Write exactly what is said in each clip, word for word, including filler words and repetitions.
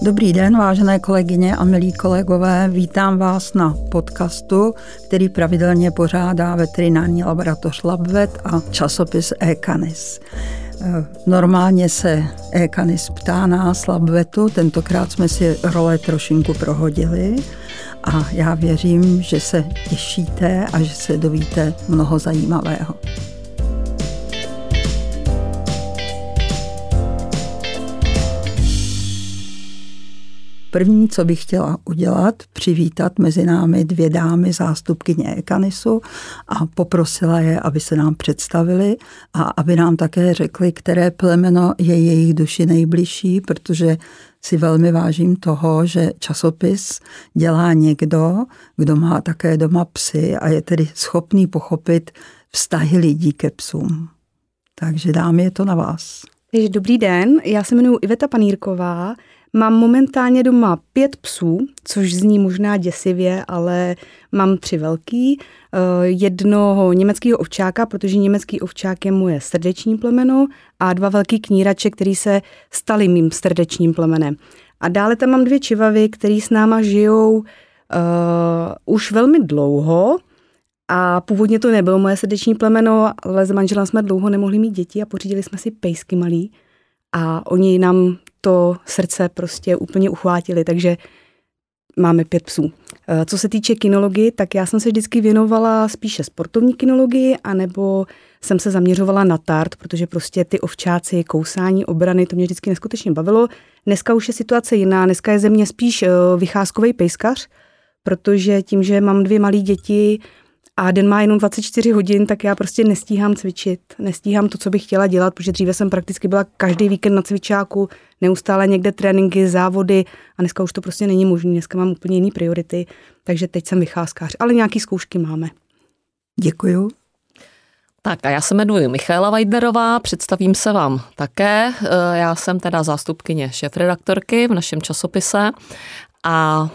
Dobrý den, vážené kolegyně a milí kolegové, vítám vás na podcastu, který pravidelně pořádá veterinární laboratoř LabVet a časopis eCanis. Normálně se eCanis ptá nás LabVetu, tentokrát jsme si role trošinku prohodili a já věřím, že se těšíte a že se dovíte mnoho zajímavého. První, co bych chtěla udělat, přivítat mezi námi dvě dámy, zástupkyně eCanisu, a poprosila je, aby se nám představili a aby nám také řekli, které plemeno je jejich duši nejbližší, protože si velmi vážím toho, že časopis dělá někdo, kdo má také doma psy a je tedy schopný pochopit vztahy lidí ke psům. Takže dámy, je to na vás. Dobrý den, já se jmenuji Iveta Panýrková. Mám momentálně doma pět psů, což zní možná děsivě, ale mám tři velký. Jednoho německého ovčáka, protože německý ovčák je moje srdeční plemeno, a dva velký knírače, který se stali mým srdečním plemenem. A dále tam mám dvě čivavy, který s náma žijou uh, už velmi dlouho. A původně to nebylo moje srdeční plemeno, ale s manželem jsme dlouho nemohli mít děti a pořídili jsme si pejsky malý. A oni nám to srdce prostě úplně uchvátili, takže máme pět psů. Co se týče kynologii, tak já jsem se vždycky věnovala spíše sportovní kynologii, anebo jsem se zaměřovala na tart, protože prostě ty ovčáci, kousání, obrany, to mě vždycky neskutečně bavilo. Dneska už je situace jiná, dneska je ze mě spíš vycházkovej pejskař, protože tím, že mám dvě malé děti a den má jenom dvacet čtyři hodin, tak já prostě nestíhám cvičit, nestíhám to, co bych chtěla dělat, protože dříve jsem prakticky byla každý víkend na cvičáku, neustále někde tréninky, závody a dneska už to prostě není možné, dneska mám úplně jiný priority, takže teď jsem vycházkář, ale nějaký zkoušky máme. Děkuju. Tak a já se jmenuji Michaela Weidnerová, představím se vám také, já jsem teda zástupkyně šéfredaktorky v našem časopise a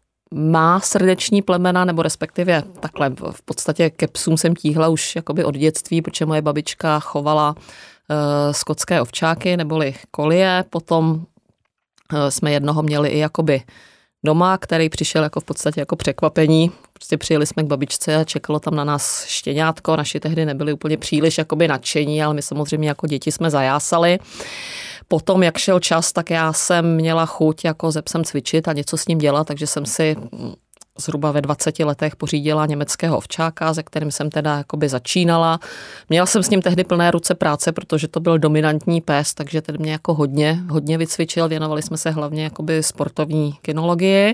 má srdeční plemena, nebo respektive takhle, v podstatě ke psům jsem tíhla už jakoby od dětství, protože moje babička chovala uh, skotské ovčáky, neboli kolie, potom uh, jsme jednoho měli i jakoby doma, který přišel jako v podstatě jako překvapení. Prostě přijeli jsme k babičce a čekalo tam na nás štěňátko, naši tehdy nebyli úplně příliš jakoby nadšení, ale my samozřejmě jako děti jsme zajásali. Potom, jak šel čas, tak já jsem měla chuť jako se psem cvičit a něco s ním dělat, takže jsem si zhruba ve dvaceti letech pořídila německého ovčáka, se kterým jsem teda jakoby začínala. Měla jsem s ním tehdy plné ruce práce, protože to byl dominantní pes, takže ten mě jako hodně, hodně vycvičil. Věnovali jsme se hlavně jakoby sportovní kynologii.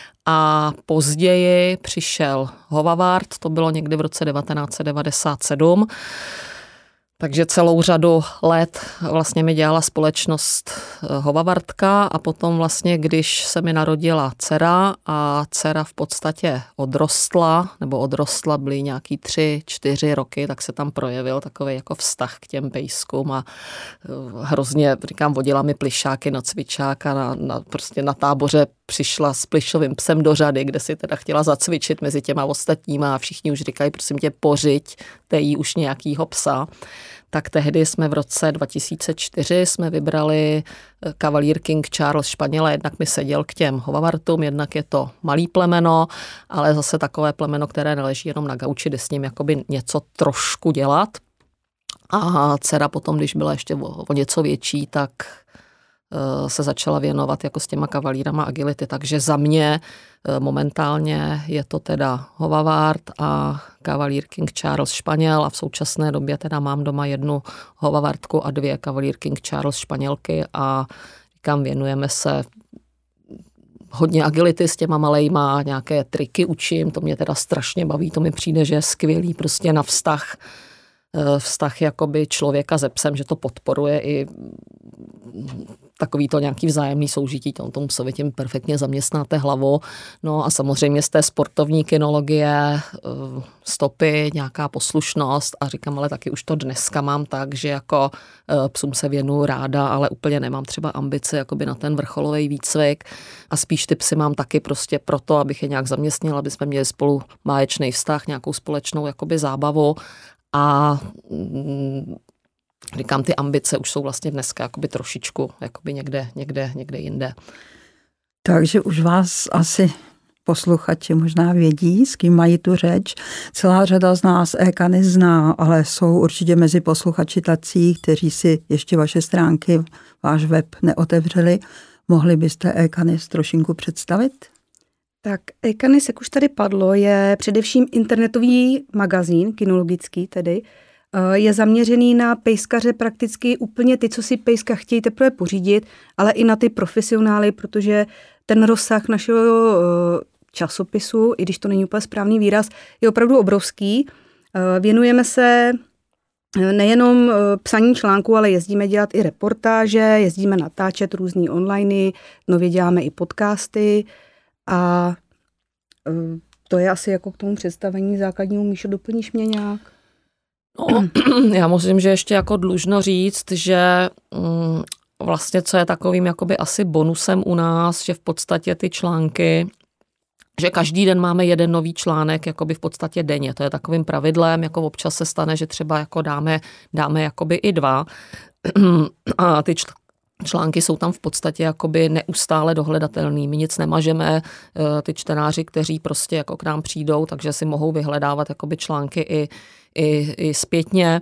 A později přišel Hovavart, to bylo někdy v roce devatenáct set devadesát sedm. Takže celou řadu let vlastně mi dělala společnost Hovavartka a potom vlastně, když se mi narodila dcera a dcera v podstatě odrostla, nebo odrostla, byly nějaký tři, čtyři roky, tak se tam projevil takový jako vztah k těm pejskům a hrozně, říkám, vodila mi plišáky na cvičák a na, na, prostě na táboře přišla s plišovým psem do řady, kde si teda chtěla zacvičit mezi těma ostatníma a všichni už říkají, prosím tě, pořiď tejí už nějakýho psa. Tak tehdy jsme v roce dva tisíce čtyři jsme vybrali Cavalier King Charles Španěla, jednak mi seděl k těm Hovavartům, jednak je to malý plemeno, ale zase takové plemeno, které neleží jenom na gauči, jde s ním jakoby něco trošku dělat. A dcera potom, když byla ještě o, o něco větší, tak se začala věnovat jako s těma kavalírama agility, takže za mě momentálně je to teda Hovavart a Cavalier King Charles Španěl a v současné době teda mám doma jednu Hovavartku a dvě Cavalier King Charles Španělky a říkám, věnujeme se hodně agility s těma malejma, nějaké triky učím, to mě teda strašně baví, to mi přijde, že je skvělý prostě na vztah vztah jakoby člověka se psem, že to podporuje i takový to nějaký vzájemný soužití, tomu, tomu psovi tím perfektně zaměstnáte hlavu. No a samozřejmě z té sportovní kynologie, stopy, nějaká poslušnost a říkám, ale taky už to dneska mám tak, že jako psům se věnuju ráda, ale úplně nemám třeba ambice jakoby na ten vrcholový výcvik a spíš ty psy mám taky prostě proto, abych je nějak zaměstnila, aby jsme měli spolu báječný vztah, nějakou společnou jakoby zábavu a říkám, ty ambice už jsou vlastně dneska jakoby trošičku jakoby někde, někde, někde jinde. Takže už vás asi posluchači možná vědí, s kým mají tu řeč. Celá řada z nás e-Canis zná, ale jsou určitě mezi posluchači tací, kteří si ještě vaše stránky, váš web neotevřeli. Mohli byste e-Canis trošinku představit? Tak e-Canis, jak už tady padlo, je především internetový magazín, kinologický tedy. Je zaměřený na pejskaře prakticky úplně ty, co si pejska chtějí teprve pořídit, ale i na ty profesionály, protože ten rozsah našeho časopisu, i když to není úplně správný výraz, je opravdu obrovský. Věnujeme se nejenom psaní článků, ale jezdíme dělat i reportáže, jezdíme natáčet různý online, nově děláme i podcasty a to je asi jako k tomu představení základnímu. Míšo, doplníš mě nějak? No, já musím, že ještě jako dlužno říct, že mm, vlastně co je takovým jakoby asi bonusem u nás, že v podstatě ty články, že každý den máme jeden nový článek jakoby v podstatě denně. To je takovým pravidlem, jako občas se stane, že třeba jako dáme, dáme jakoby i dva a ty čl- články jsou tam v podstatě jakoby neustále dohledatelný. My nic nemažeme, ty čtenáři, kteří prostě jako k nám přijdou, takže si mohou vyhledávat jakoby články i, i, i zpětně.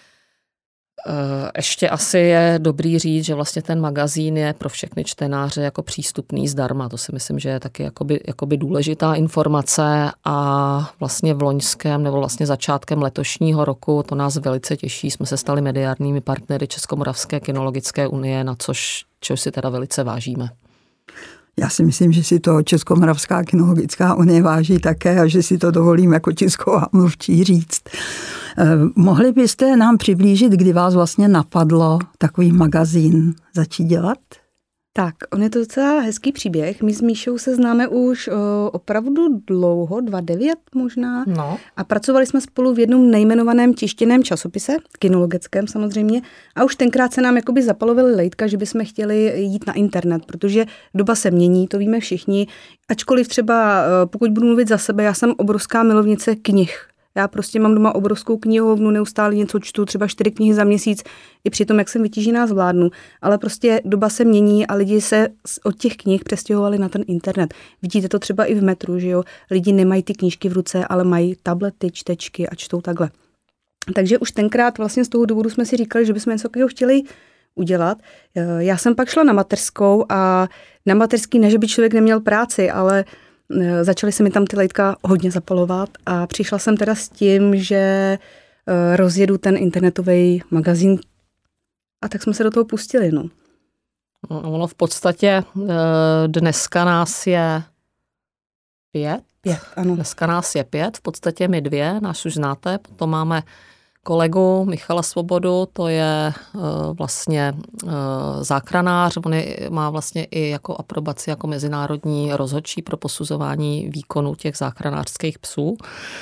Ještě asi je dobrý říct, že vlastně ten magazín je pro všechny čtenáře jako přístupný zdarma. To si myslím, že je taky jakoby, jakoby důležitá informace a vlastně v loňském nebo vlastně začátkem letošního roku to nás velice těší. Jsme se stali mediálními partnery Českomoravské kinologické unie, na což, což si teda velice vážíme. Já si myslím, že si to Českomoravská kinologická unie váží také a že si to dovolím jako tisková mluvčí říct. Mohli byste nám přiblížit, kdy vás vlastně napadlo takový magazín začít dělat? Tak, on je to docela hezký příběh. My s Míšou se známe už o, opravdu dlouho, dva devět možná. No. A pracovali jsme spolu v jednom nejmenovaném tištěném časopise, kinologickém samozřejmě. A už tenkrát se nám jakoby zapalovali lejtka, že bychom chtěli jít na internet, protože doba se mění, to víme všichni. Ačkoliv třeba, pokud budu mluvit za sebe, já jsem obrovská milovnice knih. Já prostě mám doma obrovskou knihovnu, neustále něco čtu, třeba čtyři knihy za měsíc, i při tom, jak jsem vytížená, zvládnu. Ale prostě doba se mění a lidi se od těch knih přestěhovali na ten internet. Vidíte to třeba i v metru, že jo? Lidi nemají ty knížky v ruce, ale mají tablety, čtečky a čtou takhle. Takže už tenkrát vlastně z toho důvodu jsme si říkali, že bychom něco takového chtěli udělat. Já jsem pak šla na mateřskou a na mateřský ne, že by člověk neměl práci, ale začaly se mi tam ty lejtka hodně zapalovat a přišla jsem teda s tím, že rozjedu ten internetový magazín a tak jsme se do toho pustili. No. No, ono v podstatě dneska nás je pět. Pět, ano. Dneska nás je pět, v podstatě my dvě, nás už znáte, potom máme kolegu Michala Svobodu, to je uh, vlastně uh, záchranář, on je, má vlastně i jako aprobaci jako mezinárodní rozhodčí pro posuzování výkonu těch záchranářských psů.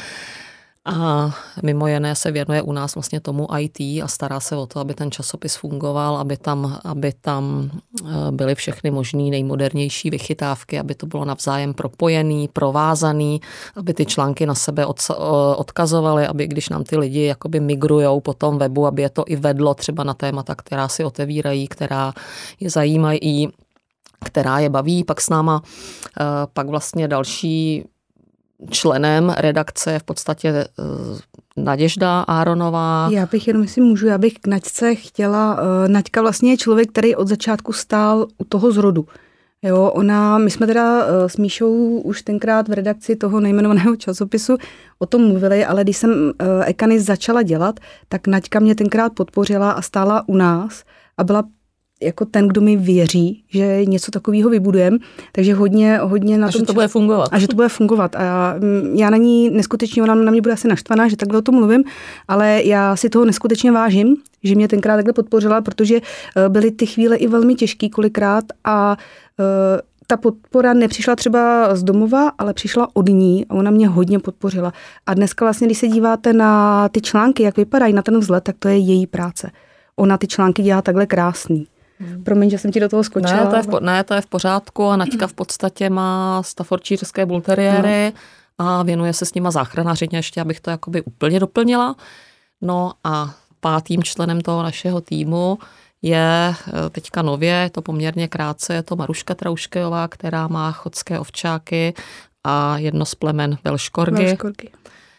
A mimo jiné se věnuje u nás vlastně tomu í té a stará se o to, aby ten časopis fungoval, aby tam, aby tam byly všechny možné nejmodernější vychytávky, aby to bylo navzájem propojený, provázaný, aby ty články na sebe odkazovaly, aby když nám ty lidi jakoby migrujou po tom webu, aby je to i vedlo třeba na témata, která si otevírají, která je zajímají, která je baví. Pak s náma, pak vlastně další členem redakce je v podstatě Naděžda Áronová. Já bych jenom, jestli můžu, já bych k Naďce chtěla, Naďka vlastně je člověk, který od začátku stál u toho zrodu. Jo, ona, my jsme teda s Míšou už tenkrát v redakci toho nejmenovaného časopisu o tom mluvili, ale když jsem e-Canis začala dělat, tak Naďka mě tenkrát podpořila a stála u nás a byla jako ten, kdo mi věří, že něco takového vybudujeme, takže hodně, hodně na a tom... že to bude fungovat. A že to bude fungovat. A já, já na ní neskutečně, ona na mě bude asi naštvaná, že takhle o tom mluvím, ale já si toho neskutečně vážím, že mě tenkrát takhle podpořila, protože byly ty chvíle i velmi těžký kolikrát a ta podpora nepřišla třeba z domova, ale přišla od ní a ona mě hodně podpořila. A dneska vlastně, když se díváte na ty články, jak vypadají na ten vzhled, tak to je její práce. Ona ty články dělá takhle krásný. Hmm. Promiň, že jsem ti do toho skočila. Ne, to je v, ne, to je v pořádku a Naďka v podstatě má staffordshirské bulteriéry no. a věnuje se s nima záchranařině, ještě abych to jakoby úplně doplnila. No a pátým členem toho našeho týmu je teďka nově, je to poměrně krátce, je to Maruška Trauškejová, která má chodské ovčáky a jedno z plemen Velškorgy. Velškorgy.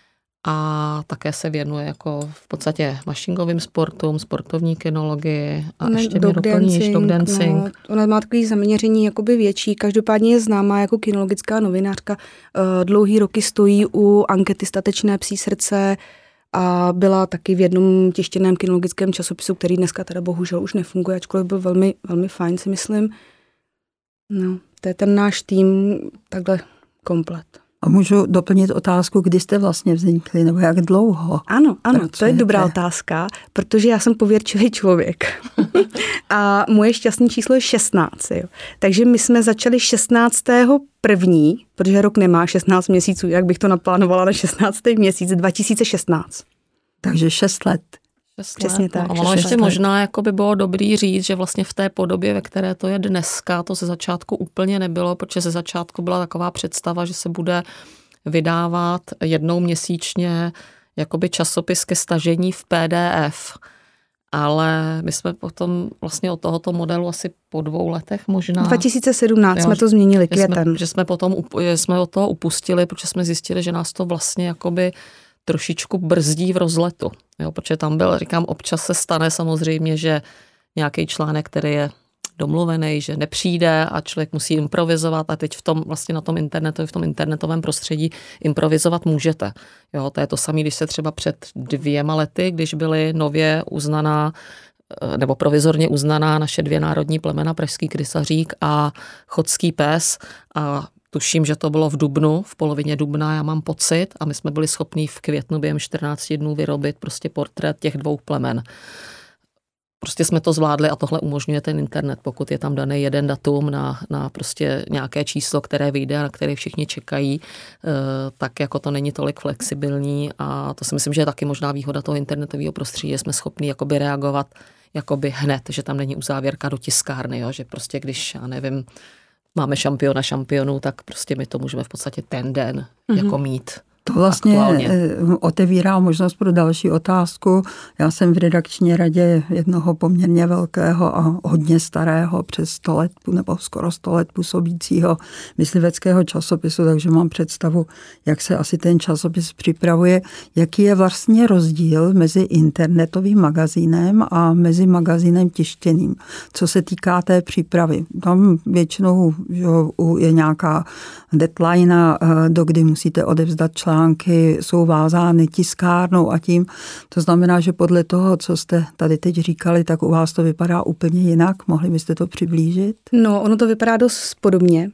A také se věnuje jako v podstatě mašingovým sportům, sportovní kinologii a ona ještě mě doplníš, dog dancing. No, ona má takový zaměření jakoby větší, každopádně je známá jako kinologická novinářka. Dlouhý roky stojí u ankety Statečné psí srdce a byla taky v jednom tištěném kinologickém časopisu, který dneska teda bohužel už nefunguje, ačkoliv byl velmi, velmi fajn, si myslím. No, to je ten náš tým takhle komplet. A můžu doplnit otázku, kdy jste vlastně vznikli, nebo jak dlouho? Ano, ano, pracujete? To je dobrá otázka, protože já jsem pověrčivý člověk. A moje šťastné číslo je šestnáct. Jo. Takže my jsme začali šestnáctého první, protože rok nemá šestnáct měsíců, jak bych to naplánovala na šestnáctý měsíc, dva tisíce šestnáct. Takže šest let. Přesně tak. A ono ještě let. Možná jako by bylo dobrý říct, že vlastně v té podobě, ve které to je dneska, to ze začátku úplně nebylo, protože ze začátku byla taková představa, že se bude vydávat jednou měsíčně jakoby časopis ke stažení v P D F. Ale my jsme potom vlastně od tohoto modelu asi po dvou letech možná. dva tisíce sedmnáct jo, jsme to změnili květem. Že jsme, že jsme potom že jsme od toho upustili, protože jsme zjistili, že nás to vlastně jakoby trošičku brzdí v rozletu. Jo, protože tam byl, říkám, občas se stane samozřejmě, že nějaký článek, který je domluvený, že nepřijde a člověk musí improvizovat a teď v tom vlastně na tom internetu, v tom internetovém prostředí improvizovat můžete. Jo, to je to samé, když se třeba před dvěma lety, když byly nově uznaná nebo provizorně uznaná naše dvě národní plemena, pražský krysařík a chodský pes a tuším, že to bylo v dubnu, v polovině dubna, já mám pocit, a my jsme byli schopní v květnu během čtrnácti dnů vyrobit prostě portrét těch dvou plemen. Prostě jsme to zvládli a tohle umožňuje ten internet, pokud je tam daný jeden datum na, na prostě nějaké číslo, které vyjde a na které všichni čekají, tak jako to není tolik flexibilní a to si myslím, že je taky možná výhoda toho internetového prostředí, že jsme schopni jakoby reagovat jakoby hned, že tam není uzávěrka do tiskárny, jo? Že prostě když, já nevím, máme šampiona šampionů, tak prostě my to můžeme v podstatě ten den mm-hmm. jako mít. To vlastně aktuálně otevírá možnost pro další otázku. Já jsem v redakční radě jednoho poměrně velkého a hodně starého, přes sto let nebo skoro sto let působícího mysliveckého časopisu, takže mám představu, jak se asi ten časopis připravuje. Jaký je vlastně rozdíl mezi internetovým magazínem a mezi magazínem tištěným, co se týká té přípravy. Tam většinou jo, je nějaká deadline, do kdy musíte odevzdat článek, články jsou vázány tiskárnou a tím. To znamená, že podle toho, co jste tady teď říkali, tak u vás to vypadá úplně jinak. Mohli byste to přiblížit? No, ono to vypadá dost podobně,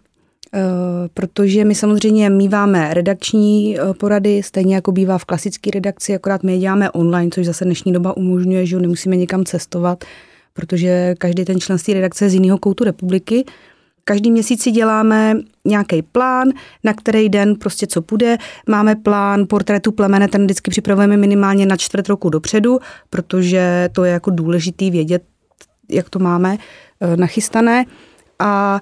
protože my samozřejmě míváme redakční porady, stejně jako bývá v klasické redakci, akorát my je děláme online, což zase dnešní doba umožňuje, že nemusíme někam cestovat, protože každý ten člen z té redakce je z jiného koutu republiky. Každý měsíc si děláme nějaký plán, na který den prostě co půjde. Máme plán portrétu plemene, ten vždycky připravujeme minimálně na čtvrt roku dopředu, protože to je jako důležitý vědět, jak to máme nachystané. A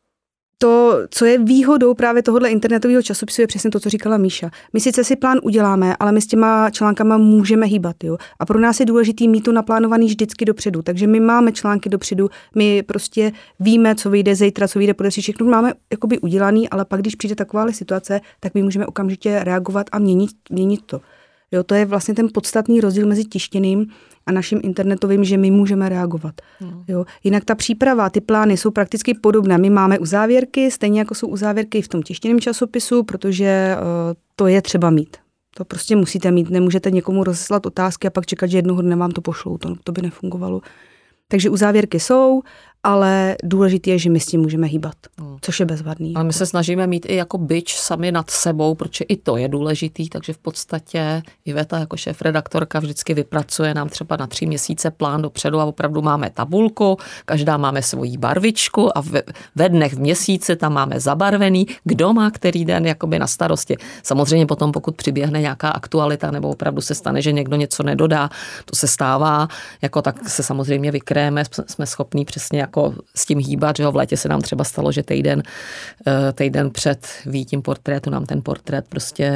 to, co je výhodou právě tohohle internetového časopisu, je přesně to, co říkala Míša. My sice si plán uděláme, ale my s těma článkama můžeme hýbat. Jo? A pro nás je důležitý mít to naplánovaný vždycky dopředu. Takže my máme články dopředu, my prostě víme, co vyjde zítra, co vyjde podle si, všechno máme jakoby udělaný, ale pak, když přijde takováhle situace, tak my můžeme okamžitě reagovat a měnit, měnit to. Jo, to je vlastně ten podstatný rozdíl mezi tištěným a naším internetovým, že my můžeme reagovat. No. Jo. Jinak ta příprava, ty plány jsou prakticky podobné. My máme uzávěrky, stejně jako jsou uzávěrky v tom tištěném časopisu, protože uh, to je třeba mít. To prostě musíte mít. Nemůžete někomu rozeslat otázky a pak čekat, že jednoho dne vám to pošlou. To, to by nefungovalo. Takže uzávěrky jsou, ale důležité je, že my s tím můžeme hýbat, což je bezvadný. Ale my se snažíme mít i jako bič sami nad sebou, protože i to je důležitý, takže v podstatě Iveta jako šéfredaktorka vždycky vypracuje nám třeba na tři měsíce plán dopředu a opravdu máme tabulku, každá máme svoji barvičku a ve, ve dnech v měsíci tam máme zabarvený, kdo má který den jakoby na starosti. Samozřejmě potom, pokud přiběhne nějaká aktualita nebo opravdu se stane, že někdo něco nedodá, to se stává, jako tak se samozřejmě vykréme, jsme schopní přesně jako s tím hýbat, že jo, v létě se nám třeba stalo, že týden, týden před výjitím portrétu nám ten portrét prostě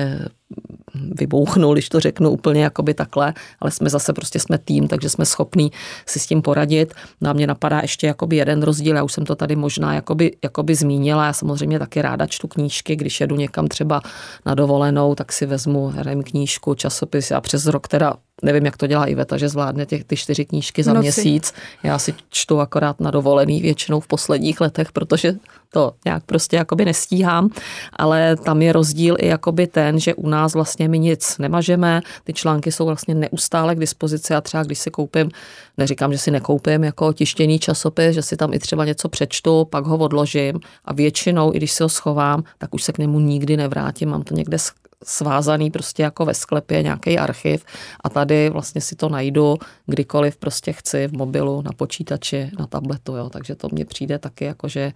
vybouchnul, když to řeknu úplně jakoby takhle, ale jsme zase prostě jsme tým, takže jsme schopní si s tím poradit. No a mě napadá ještě jakoby jeden rozdíl, já už jsem to tady možná jakoby, jakoby zmínila, já samozřejmě taky ráda čtu knížky, když jedu někam třeba na dovolenou, tak si vezmu nevím, knížku, časopis a přes rok teda nevím, jak to dělá Iveta, že zvládne těch, ty čtyři knížky za Noci. měsíc. Já si čtu akorát na dovolený většinou v posledních letech, protože to nějak prostě jakoby nestíhám, ale tam je rozdíl i jakoby ten, že u nás vlastně my nic nemažeme, ty články jsou vlastně neustále k dispozici a třeba když si koupím, neříkám, že si nekoupím jako tištěný časopis, že si tam i třeba něco přečtu, pak ho odložím a většinou, i když si ho schovám, tak už se k němu nikdy nevrátím, mám to někde svázaný prostě jako ve sklepě, nějaký archiv a tady vlastně si to najdu kdykoliv prostě chci v mobilu, na počítači, na tabletu, jo, takže to mně přijde taky jako, že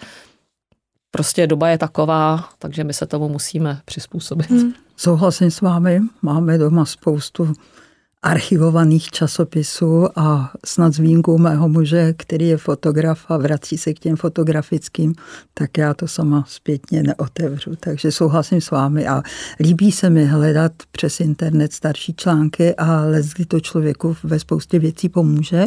prostě doba je taková, takže my se tomu musíme přizpůsobit. Hmm. Souhlasím s vámi, máme doma spoustu archivovaných časopisů a snad s výjimkou mého muže, který je fotograf a vrací se k těm fotografickým, tak já to sama zpětně neotevřu. Takže souhlasím s vámi a líbí se mi hledat přes internet starší články a leckdy to člověku ve spoustě věcí pomůže.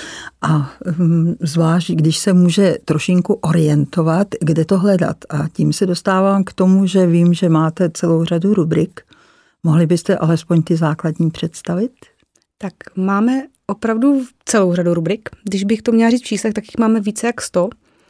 A zvlášť, když se může trošinku orientovat, kde to hledat. A tím se dostávám k tomu, že vím, že máte celou řadu rubrik. Mohli byste alespoň ty základní představit? Tak máme opravdu celou řadu rubrik. Když bych to měla říct v číslech, tak jich máme více jak sto.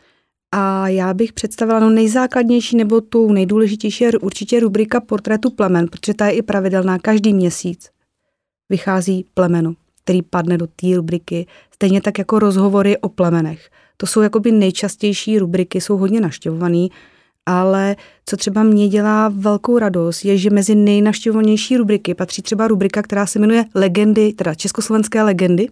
A já bych představila no nejzákladnější nebo tu nejdůležitější je určitě rubrika Portrétu plemen, protože ta je i pravidelná. Každý měsíc vychází plemeno, který padne do té rubriky. Stejně tak jako rozhovory o plemenech. To jsou jakoby nejčastější rubriky, jsou hodně navštěvovaný. Ale co třeba mě dělá velkou radost, je, že mezi nejnavštěvovanější rubriky patří třeba rubrika, která se jmenuje Legendy, teda československé legendy.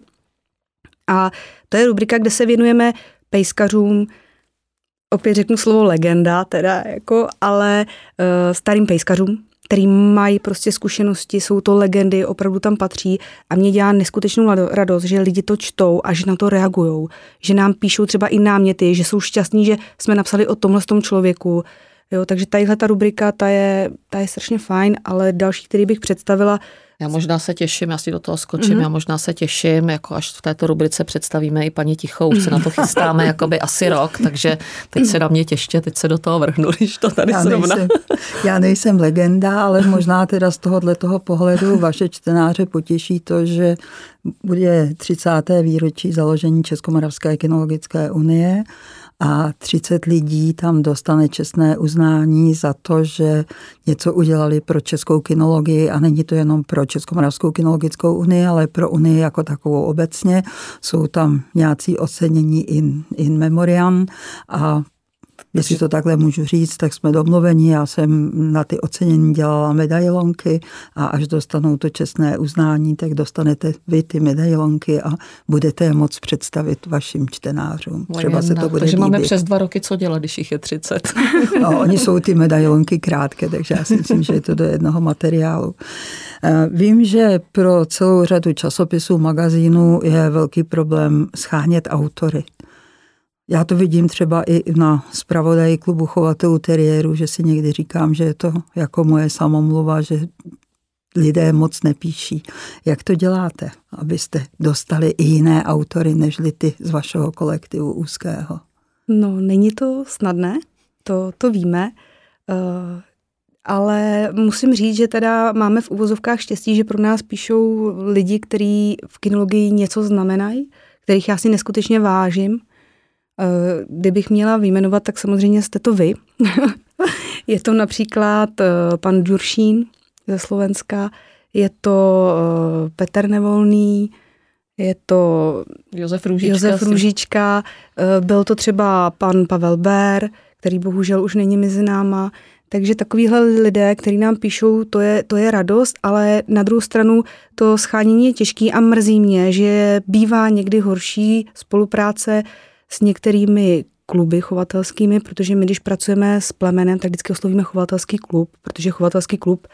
A to je rubrika, kde se věnujeme pejskařům, opět řeknu slovo legenda, teda jako, ale uh, starým pejskařům, který mají prostě zkušenosti, jsou to legendy, opravdu tam patří a mě dělá neskutečnou radost, že lidi to čtou a že na to reagujou, že nám píšou třeba i náměty, že jsou šťastní, že jsme napsali o tomhle tom člověku. Jo, takže tadyhle ta rubrika, ta je, ta je strašně fajn, ale další, který bych představila. Já možná se těším, já si do toho skočím, mm-hmm. já možná se těším, jako až v této rubrice představíme i paní Tichou, už se na to chystáme jakoby asi rok, takže teď se na mě těště, teď se do toho vrhnu, když to tady já zrovna. Nejsem, já nejsem legenda, ale možná teda z tohoto pohledu vaše čtenáře potěší to, že bude třicáté výročí založení Českomoravské kynologické unie a třicet lidí tam dostane čestné uznání za to, že něco udělali pro českou kynologii a není to jenom pro Českomoravskou kynologickou unii, ale pro unii jako takovou obecně. Jsou tam nějací ocenění in, in memoriam a jestli to takhle můžu říct, tak jsme domluveni. Já jsem na ty ocenění dělala medailonky a až dostanou to čestné uznání, tak dostanete vy ty medailonky a budete je moc představit vašim čtenářům. Třeba se to bude Takže líbit. máme přes dva roky co dělat, když jich je třicet. No, oni jsou ty medailonky krátké, takže já si myslím, že je to do jednoho materiálu. Vím, že pro celou řadu časopisů, magazínů je velký problém shánět autory. Já to vidím třeba i na zpravodaji klubu chovatelů teriérů, že si někdy říkám, že je to jako moje samomluva, že lidé moc nepíší. Jak to děláte, abyste dostali i jiné autory, nežli ty z vašeho kolektivu úzkého? No, není to snadné, to, to víme, uh, ale musím říct, že teda máme v uvozovkách štěstí, že pro nás píšou lidi, kteří v kynologii něco znamenají, kterých já si neskutečně vážím. Kdybych měla vyjmenovat, tak samozřejmě jste to vy. Je to například pan Ďuršín ze Slovenska, je to Petr Nevolný, je to Josef Růžička. Josef Růžička, byl to třeba pan Pavel Bér, který bohužel už není mezi náma. Takže takovýhle lidé, kteří nám píšou, to je, to je radost, ale na druhou stranu to shánění je těžký a mrzí mě, že bývá někdy horší spolupráce s některými kluby chovatelskými, protože my, když pracujeme s plemenem, tak vždycky oslovíme chovatelský klub, protože chovatelský klub,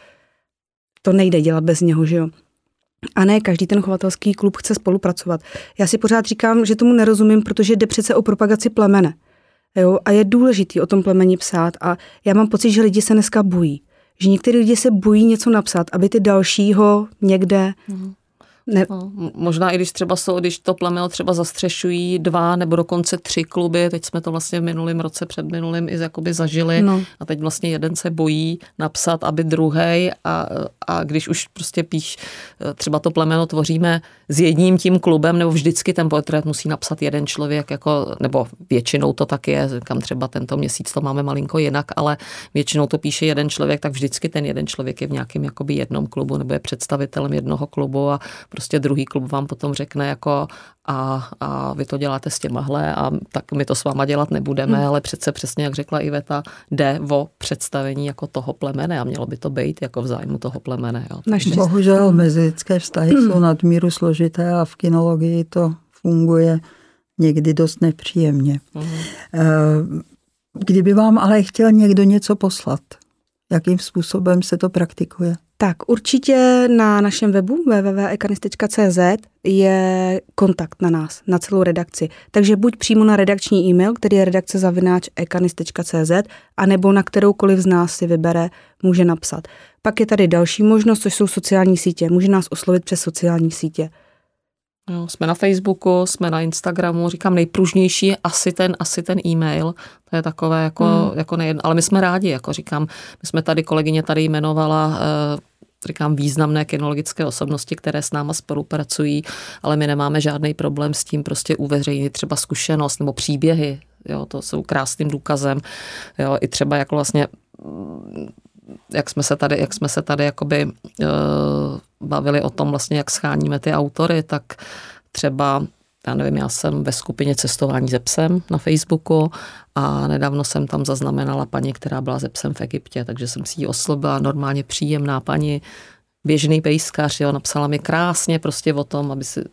to nejde dělat bez něho, že jo. A ne každý ten chovatelský klub chce spolupracovat. Já si pořád říkám, že tomu nerozumím, protože jde přece o propagaci plemene. Jo? A je důležitý o tom plemeni psát. A já mám pocit, že lidi se dneska bojí. že některé lidi se bojí něco napsat, aby ty dalšího někde... Mm. Ne. No, možná i když třeba jsou, když to plemeno třeba zastřešují dva nebo dokonce tři kluby, teď jsme to vlastně v minulém roce, před minulým i jakoby zažili no. a teď vlastně jeden se bojí napsat, aby druhej a, a když už prostě píš, třeba to plemeno tvoříme s jedním tím klubem, nebo vždycky ten portrét musí napsat jeden člověk, jako, nebo většinou to tak je, kam třeba tento měsíc to máme malinko jinak, ale většinou to píše jeden člověk, tak vždycky ten jeden člověk je v nějakém jakoby jednom klubu nebo je představitelem jednoho klubu a prostě druhý klub vám potom řekne jako a, a vy to děláte s těmahle a tak my to s váma dělat nebudeme, hmm. ale přece přesně, jak řekla Iveta, jde o představení jako toho plemene a mělo by to být jako v zájmu toho plemene. Jo. Bohužel mezilidské vztahy hmm. jsou nadmíru složité a v kinologii to funguje někdy dost nepříjemně. Hmm. Kdyby vám ale chtěl někdo něco poslat, jakým způsobem se to praktikuje? Tak určitě na našem webu w w w tečka ekanis tečka c z je kontakt na nás, na celou redakci. Takže buď přímo na redakční e-mail, který je redakce zavináč ekanis tečka c z, anebo na kteroukoliv z nás si vybere, může napsat. Pak je tady další možnost, což jsou sociální sítě. Může nás oslovit přes sociální sítě. Jo, jsme na Facebooku, jsme na Instagramu, říkám nejpružnější je asi ten, asi ten e-mail, to je takové jako, hmm. jako nejedno, ale my jsme rádi, jako říkám, my jsme tady, kolegyně tady jmenovala, říkám, významné kinologické osobnosti, které s náma spolupracují, ale my nemáme žádný problém s tím prostě uveřejnit třeba zkušenost nebo příběhy, jo, to jsou krásným důkazem, jo, i třeba jako vlastně jak jsme se tady, jak jsme se tady jakoby uh, bavili o tom vlastně, jak scháníme ty autory, tak třeba, já nevím, já jsem ve skupině Cestování se psem na Facebooku a nedávno jsem tam zaznamenala paní, která byla se psem v Egyptě, takže jsem si ji oslovila, normálně příjemná paní, běžný pejskař, jo, napsala mi krásně prostě o tom, aby si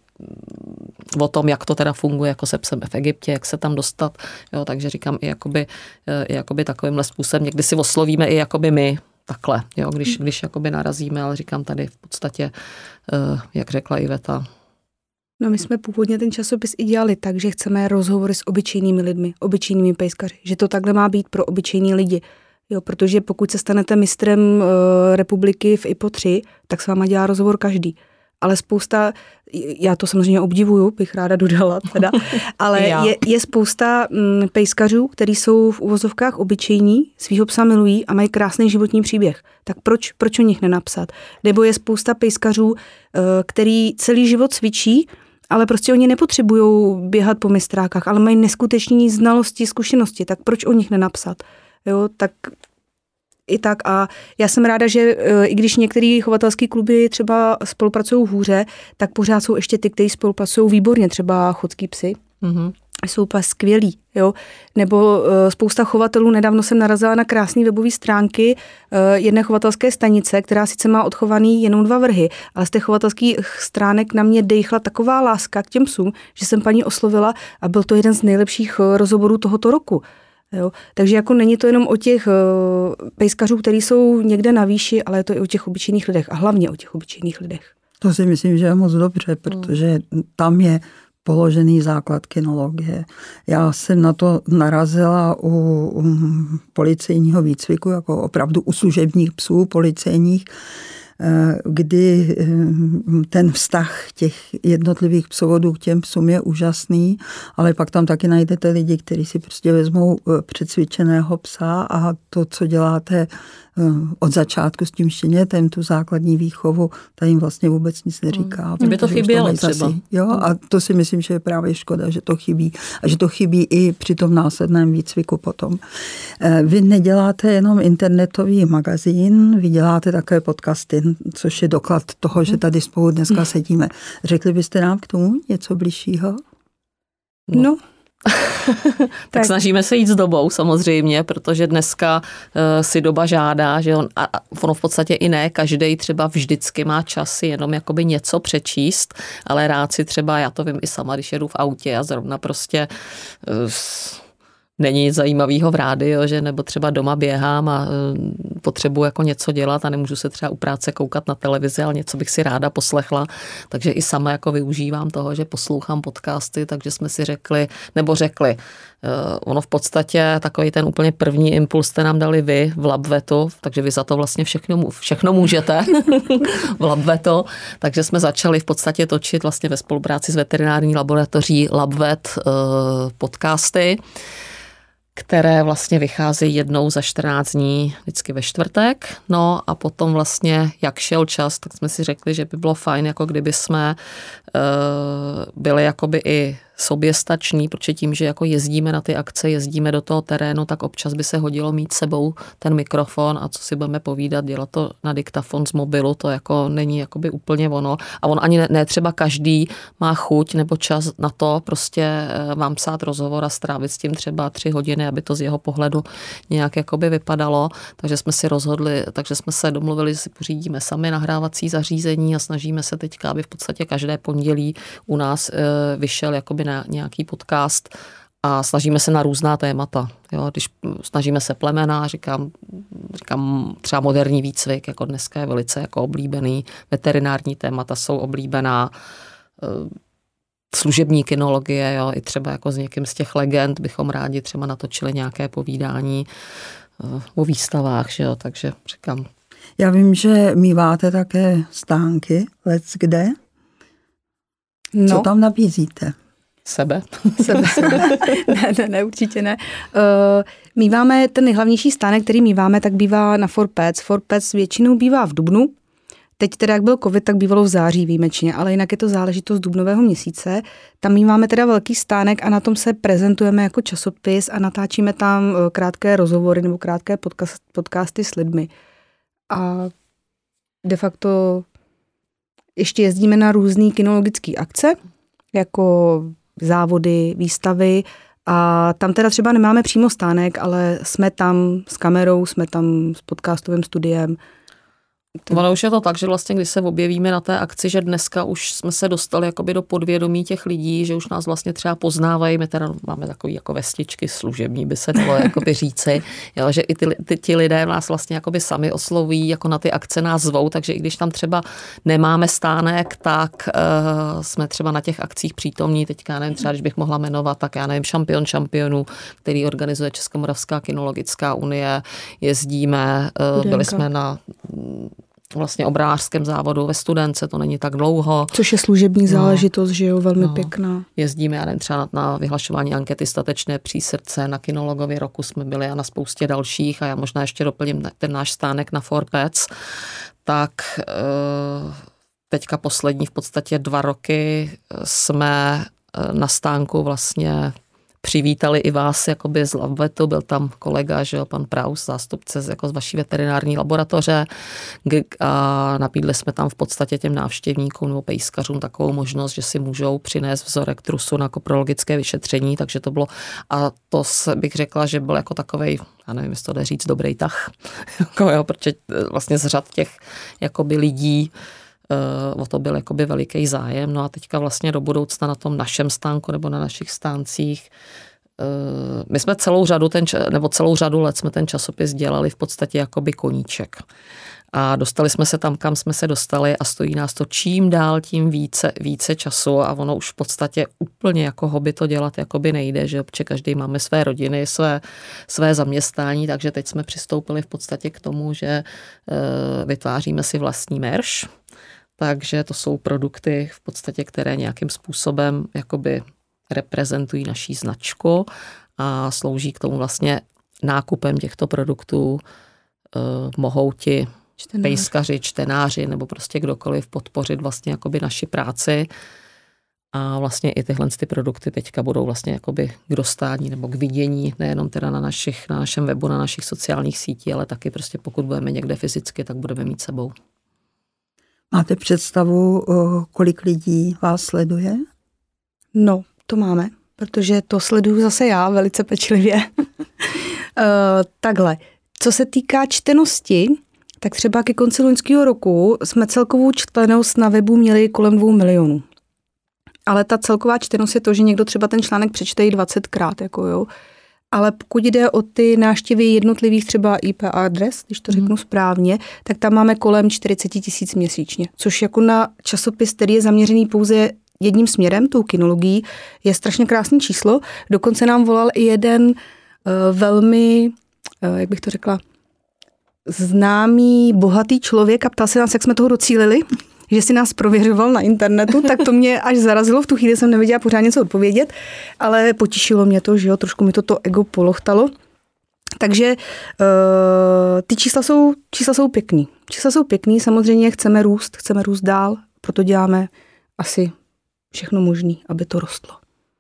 o tom, jak to teda funguje jako se psem v Egyptě, jak se tam dostat, jo, takže říkám i jakoby, i jakoby takovýmhle způsobem, někdy si oslovíme i jakoby my, takhle, jo, když, když jakoby narazíme, ale říkám tady v podstatě, jak řekla Iveta. No my jsme původně ten časopis i dělali tak, že chceme rozhovory s obyčejnými lidmi, obyčejnými pejskaři, že to takhle má být pro obyčejní lidi. Jo, protože pokud se stanete mistrem uh, republiky v I P O tři, tak s váma dělá rozhovor každý. Ale spousta, já to samozřejmě obdivuju, bych ráda dodala teda, ale je, je spousta m, pejskařů, kteří jsou v uvozovkách obyčejní, svýho psa milují a mají krásný životní příběh. Tak proč, proč o nich nenapsat? Nebo je spousta pejskařů, který celý život cvičí, ale prostě oni nepotřebují běhat po mistrákách, ale mají neskutečné znalosti, zkušenosti, tak proč o nich nenapsat? Jo, tak i tak a já jsem ráda, že i když některé chovatelské kluby třeba spolupracují hůře, tak pořád jsou ještě ty, kteří spolupracují výborně, třeba chodský psy. Mm-hmm. Jsou úplně skvělí, jo. Nebo uh, spousta chovatelů, nedávno jsem narazila na krásné webové stránky uh, jedné chovatelské stanice, která sice má odchovaný jenom dva vrhy, ale z těch chovatelských stránek na mě dejchla taková láska k těm psům, že jsem paní oslovila a byl to jeden z nejlepších uh, rozhovorů tohoto roku. Jo. Takže jako není to jenom o těch uh, pejskařů, kteří jsou někde na výši, ale je to i o těch obyčejných lidech a hlavně o těch obyčejných lidech. To si myslím, že je moc dobře, protože tam je položený základ kinologie. Já jsem na to narazila u, u policejního výcviku, jako opravdu u služebních psů policejních, kdy ten vztah těch jednotlivých psovodů k těm psům je úžasný, ale pak tam taky najdete lidi, kteří si prostě vezmou přecvičeného psa a to, co děláte od začátku s tím štěnětem, tu základní výchovu, ta jim vlastně vůbec nic neříká. Kdyby to chybělo třeba. Jo, a to si myslím, že je právě škoda, že to chybí. A že to chybí i při tom následném výcviku potom. Vy neděláte jenom internetový magazín, vy děláte také podcasty, což je doklad toho, že tady spolu dneska sedíme. Řekli byste nám k tomu něco bližšího? No. no. tak, tak snažíme se jít s dobou samozřejmě, protože dneska uh, si doba žádá, že on, a ono v podstatě i ne, každej třeba vždycky má čas si jenom jakoby něco přečíst, ale rád si třeba, já to vím i sama, když jedu v autě a zrovna prostě uh, není nic zajímavého v rádiu, že nebo třeba doma běhám a uh, potřebuji jako něco dělat a nemůžu se třeba u práce koukat na televizi, ale něco bych si ráda poslechla, takže i sama jako využívám toho, že poslouchám podcasty, takže jsme si řekli, nebo řekli, uh, ono v podstatě takový ten úplně první impuls jste nám dali vy v LabVetu, takže vy za to vlastně všechno, všechno můžete v LabVetu, takže jsme začali v podstatě točit vlastně ve spolupráci s veterinární laboratoří LabVet uh, podcasty, které vlastně vycházejí jednou za čtrnáct dní, vždycky ve čtvrtek. No a potom vlastně, jak šel čas, tak jsme si řekli, že by bylo fajn, jako kdyby jsme uh, byli jakoby i soběstační, protože tím, že jako jezdíme na ty akce, jezdíme do toho terénu, tak občas by se hodilo mít sebou ten mikrofon a co si budeme povídat, dělat to na diktafon z mobilu, to jako není jakoby úplně ono. A on ani ne, ne třeba každý má chuť nebo čas na to prostě vám psát rozhovor a strávit s tím třeba tři hodiny, aby to z jeho pohledu nějak jakoby vypadalo. Takže jsme si rozhodli, takže jsme se domluvili, že si pořídíme sami nahrávací zařízení a snažíme se teďka, aby v podstatě každé pondělí u nás vyšel jakoby na nějaký podcast a snažíme se na různá témata. Jo, když snažíme se plemena, říkám, říkám třeba moderní výcvik, jako dneska je velice jako oblíbený, veterinární témata jsou oblíbená, služební kinologie, jo, i třeba jako s někým z těch legend bychom rádi třeba natočili nějaké povídání o výstavách, že jo, takže říkám. Já vím, že míváte také stánky, let's kde. No. Co tam nabízíte? Sebe. Sebe. ne, ne, ne, určitě ne. Uh, míváme ten nejhlavnější stánek, který míváme, tak bývá na For Pets. For Pets většinou bývá v dubnu. Teď teda, jak byl covid, tak bývalo v září výjimečně, ale jinak je to záležitost dubnového měsíce. Tam míváme teda velký stánek a na tom se prezentujeme jako časopis a natáčíme tam krátké rozhovory nebo krátké podcast, podcasty s lidmi. A de facto ještě jezdíme na různý kinologické akce, jako závody, výstavy a tam teda třeba nemáme přímo stánek, ale jsme tam s kamerou, jsme tam s podcastovým studiem. Ono už je to tak, že vlastně, když se objevíme na té akci, že dneska už jsme se dostali jakoby do podvědomí těch lidí, že už nás vlastně třeba poznávají, my teda máme takový jako vestičky služební, by se dalo jakoby říci, jo, že i ty, ty, ti lidé nás vlastně jakoby sami oslovují, jako na ty akce nás zvou, takže i když tam třeba nemáme stánek, tak uh, jsme třeba na těch akcích přítomní, teďka já nevím, třeba když bych mohla jmenovat, tak já nevím, šampion šampionů, který organizuje Českomoravská kinologická unie, jezdíme, uh, byli jsme na vlastně obranářském závodu ve Studence, to není tak dlouho. Což je služební záležitost, no, že jo, velmi no. pěkná. Jezdíme, já nevím, třeba na, na vyhlašování ankety Statečné přísrdce, na kinologově roku jsme byli a na spoustě dalších a já možná ještě doplním ten náš stánek na For Pets. Tak teďka poslední v podstatě dva roky jsme na stánku vlastně přivítali i vás jakoby z LabVetu, byl tam kolega, že jo, pan Praus, zástupce z, jako z vaší veterinární laboratoře a nabídli jsme tam v podstatě těm návštěvníkům nebo pejskařům takovou možnost, že si můžou přinést vzorek trusu na koprologické vyšetření, takže to bylo, a to bych řekla, že byl jako takovej, já nevím, jestli to jde říct, dobrý tah, jako jo, protože vlastně z řad těch jakoby lidí o to byl jakoby veliký zájem. No a teďka vlastně do budoucna na tom našem stánku nebo na našich stáncích my jsme celou řadu, ten, nebo celou řadu let jsme ten časopis dělali v podstatě jakoby koníček. A dostali jsme se tam, kam jsme se dostali a stojí nás to čím dál tím více, více času a ono už v podstatě úplně jako hobby to dělat jakoby nejde, že protože každý máme své rodiny, své, své zaměstnání, takže teď jsme přistoupili v podstatě k tomu, že vytváříme si vlastní merch. Takže to jsou produkty v podstatě, které nějakým způsobem jakoby reprezentují naší značku a slouží k tomu vlastně nákupem těchto produktů eh, mohou ti Čtenář. pejskaři, čtenáři nebo prostě kdokoliv podpořit vlastně jakoby naši práci a vlastně i tyhle ty produkty teďka budou vlastně jakoby k dostání nebo k vidění, nejenom teda na, našich, na našem webu, na našich sociálních sítích, ale taky prostě pokud budeme někde fyzicky, tak budeme mít sebou. Máte představu, kolik lidí vás sleduje? No, to máme, protože to sleduju zase já velice pečlivě. uh, takhle, co se týká čtenosti, tak třeba ke konci loňského roku jsme celkovou čtenost na webu měli kolem dvou milionů. Ale ta celková čtenost je to, že někdo třeba ten článek přečte i dvacetkrát, jako jo. Ale pokud jde o ty návštěvy jednotlivých třeba í pé adres, když to řeknu mm. správně, tak tam máme kolem čtyřicet tisíc měsíčně, což jako na časopis, který je zaměřený pouze jedním směrem, tou kinologií, je strašně krásné číslo. Dokonce nám volal i jeden uh, velmi, uh, jak bych to řekla, známý, bohatý člověk a ptal se nás, jak jsme toho docílili, že si nás prověřoval na internetu, tak to mě až zarazilo. V tu chvíli jsem nevěděla pořád něco odpovědět, ale potěšilo mě to, že jo, trošku mi to to ego polochtalo. Takže uh, ty čísla jsou, čísla jsou pěkný. Čísla jsou pěkný, samozřejmě chceme růst, chceme růst dál, proto děláme asi všechno možné, aby to rostlo.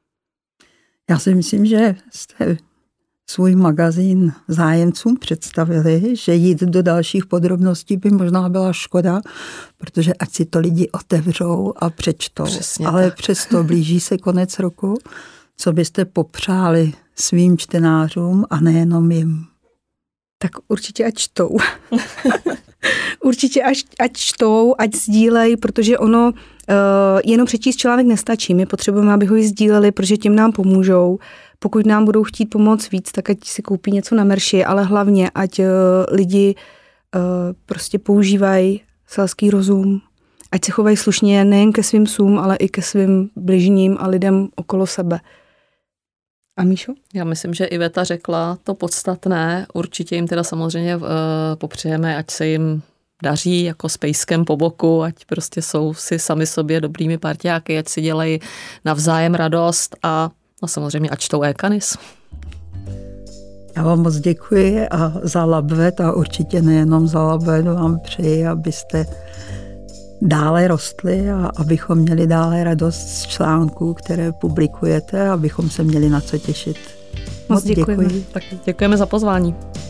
Já si myslím, že jste svůj magazín zájemcům představili, že jít do dalších podrobností by možná byla škoda, protože ať si to lidi otevřou a přečtou. Přesně ale tak. přesto blíží se konec roku. Co byste popřáli svým čtenářům a nejenom jim? Tak určitě ať čtou. určitě ať, ať čtou, ať sdílej, protože ono uh, jenom přečíst článek nestačí. My potřebujeme, aby ho i sdíleli, protože tím nám pomůžou. Pokud nám budou chtít pomoct víc, tak ať si koupí něco na Merši, ale hlavně, ať uh, lidi uh, prostě používají selský rozum, ať se chovají slušně nejen ke svým psům, ale i ke svým bližním a lidem okolo sebe. A Míšo? Já myslím, že Iveta řekla to podstatné. Určitě jim teda samozřejmě uh, popřejeme, ať se jim daří jako s pejskem po boku, ať prostě jsou si sami sobě dobrými parťáky, ať si dělají navzájem radost a no samozřejmě ať čtou e-Canis. Já vám moc děkuji a za Labvet a určitě nejenom za Labvet vám přeji, abyste dále rostli a abychom měli dále radost z článků, které publikujete, abychom se měli na co těšit. Moc děkujeme. Děkuji. Tak děkujeme za pozvání.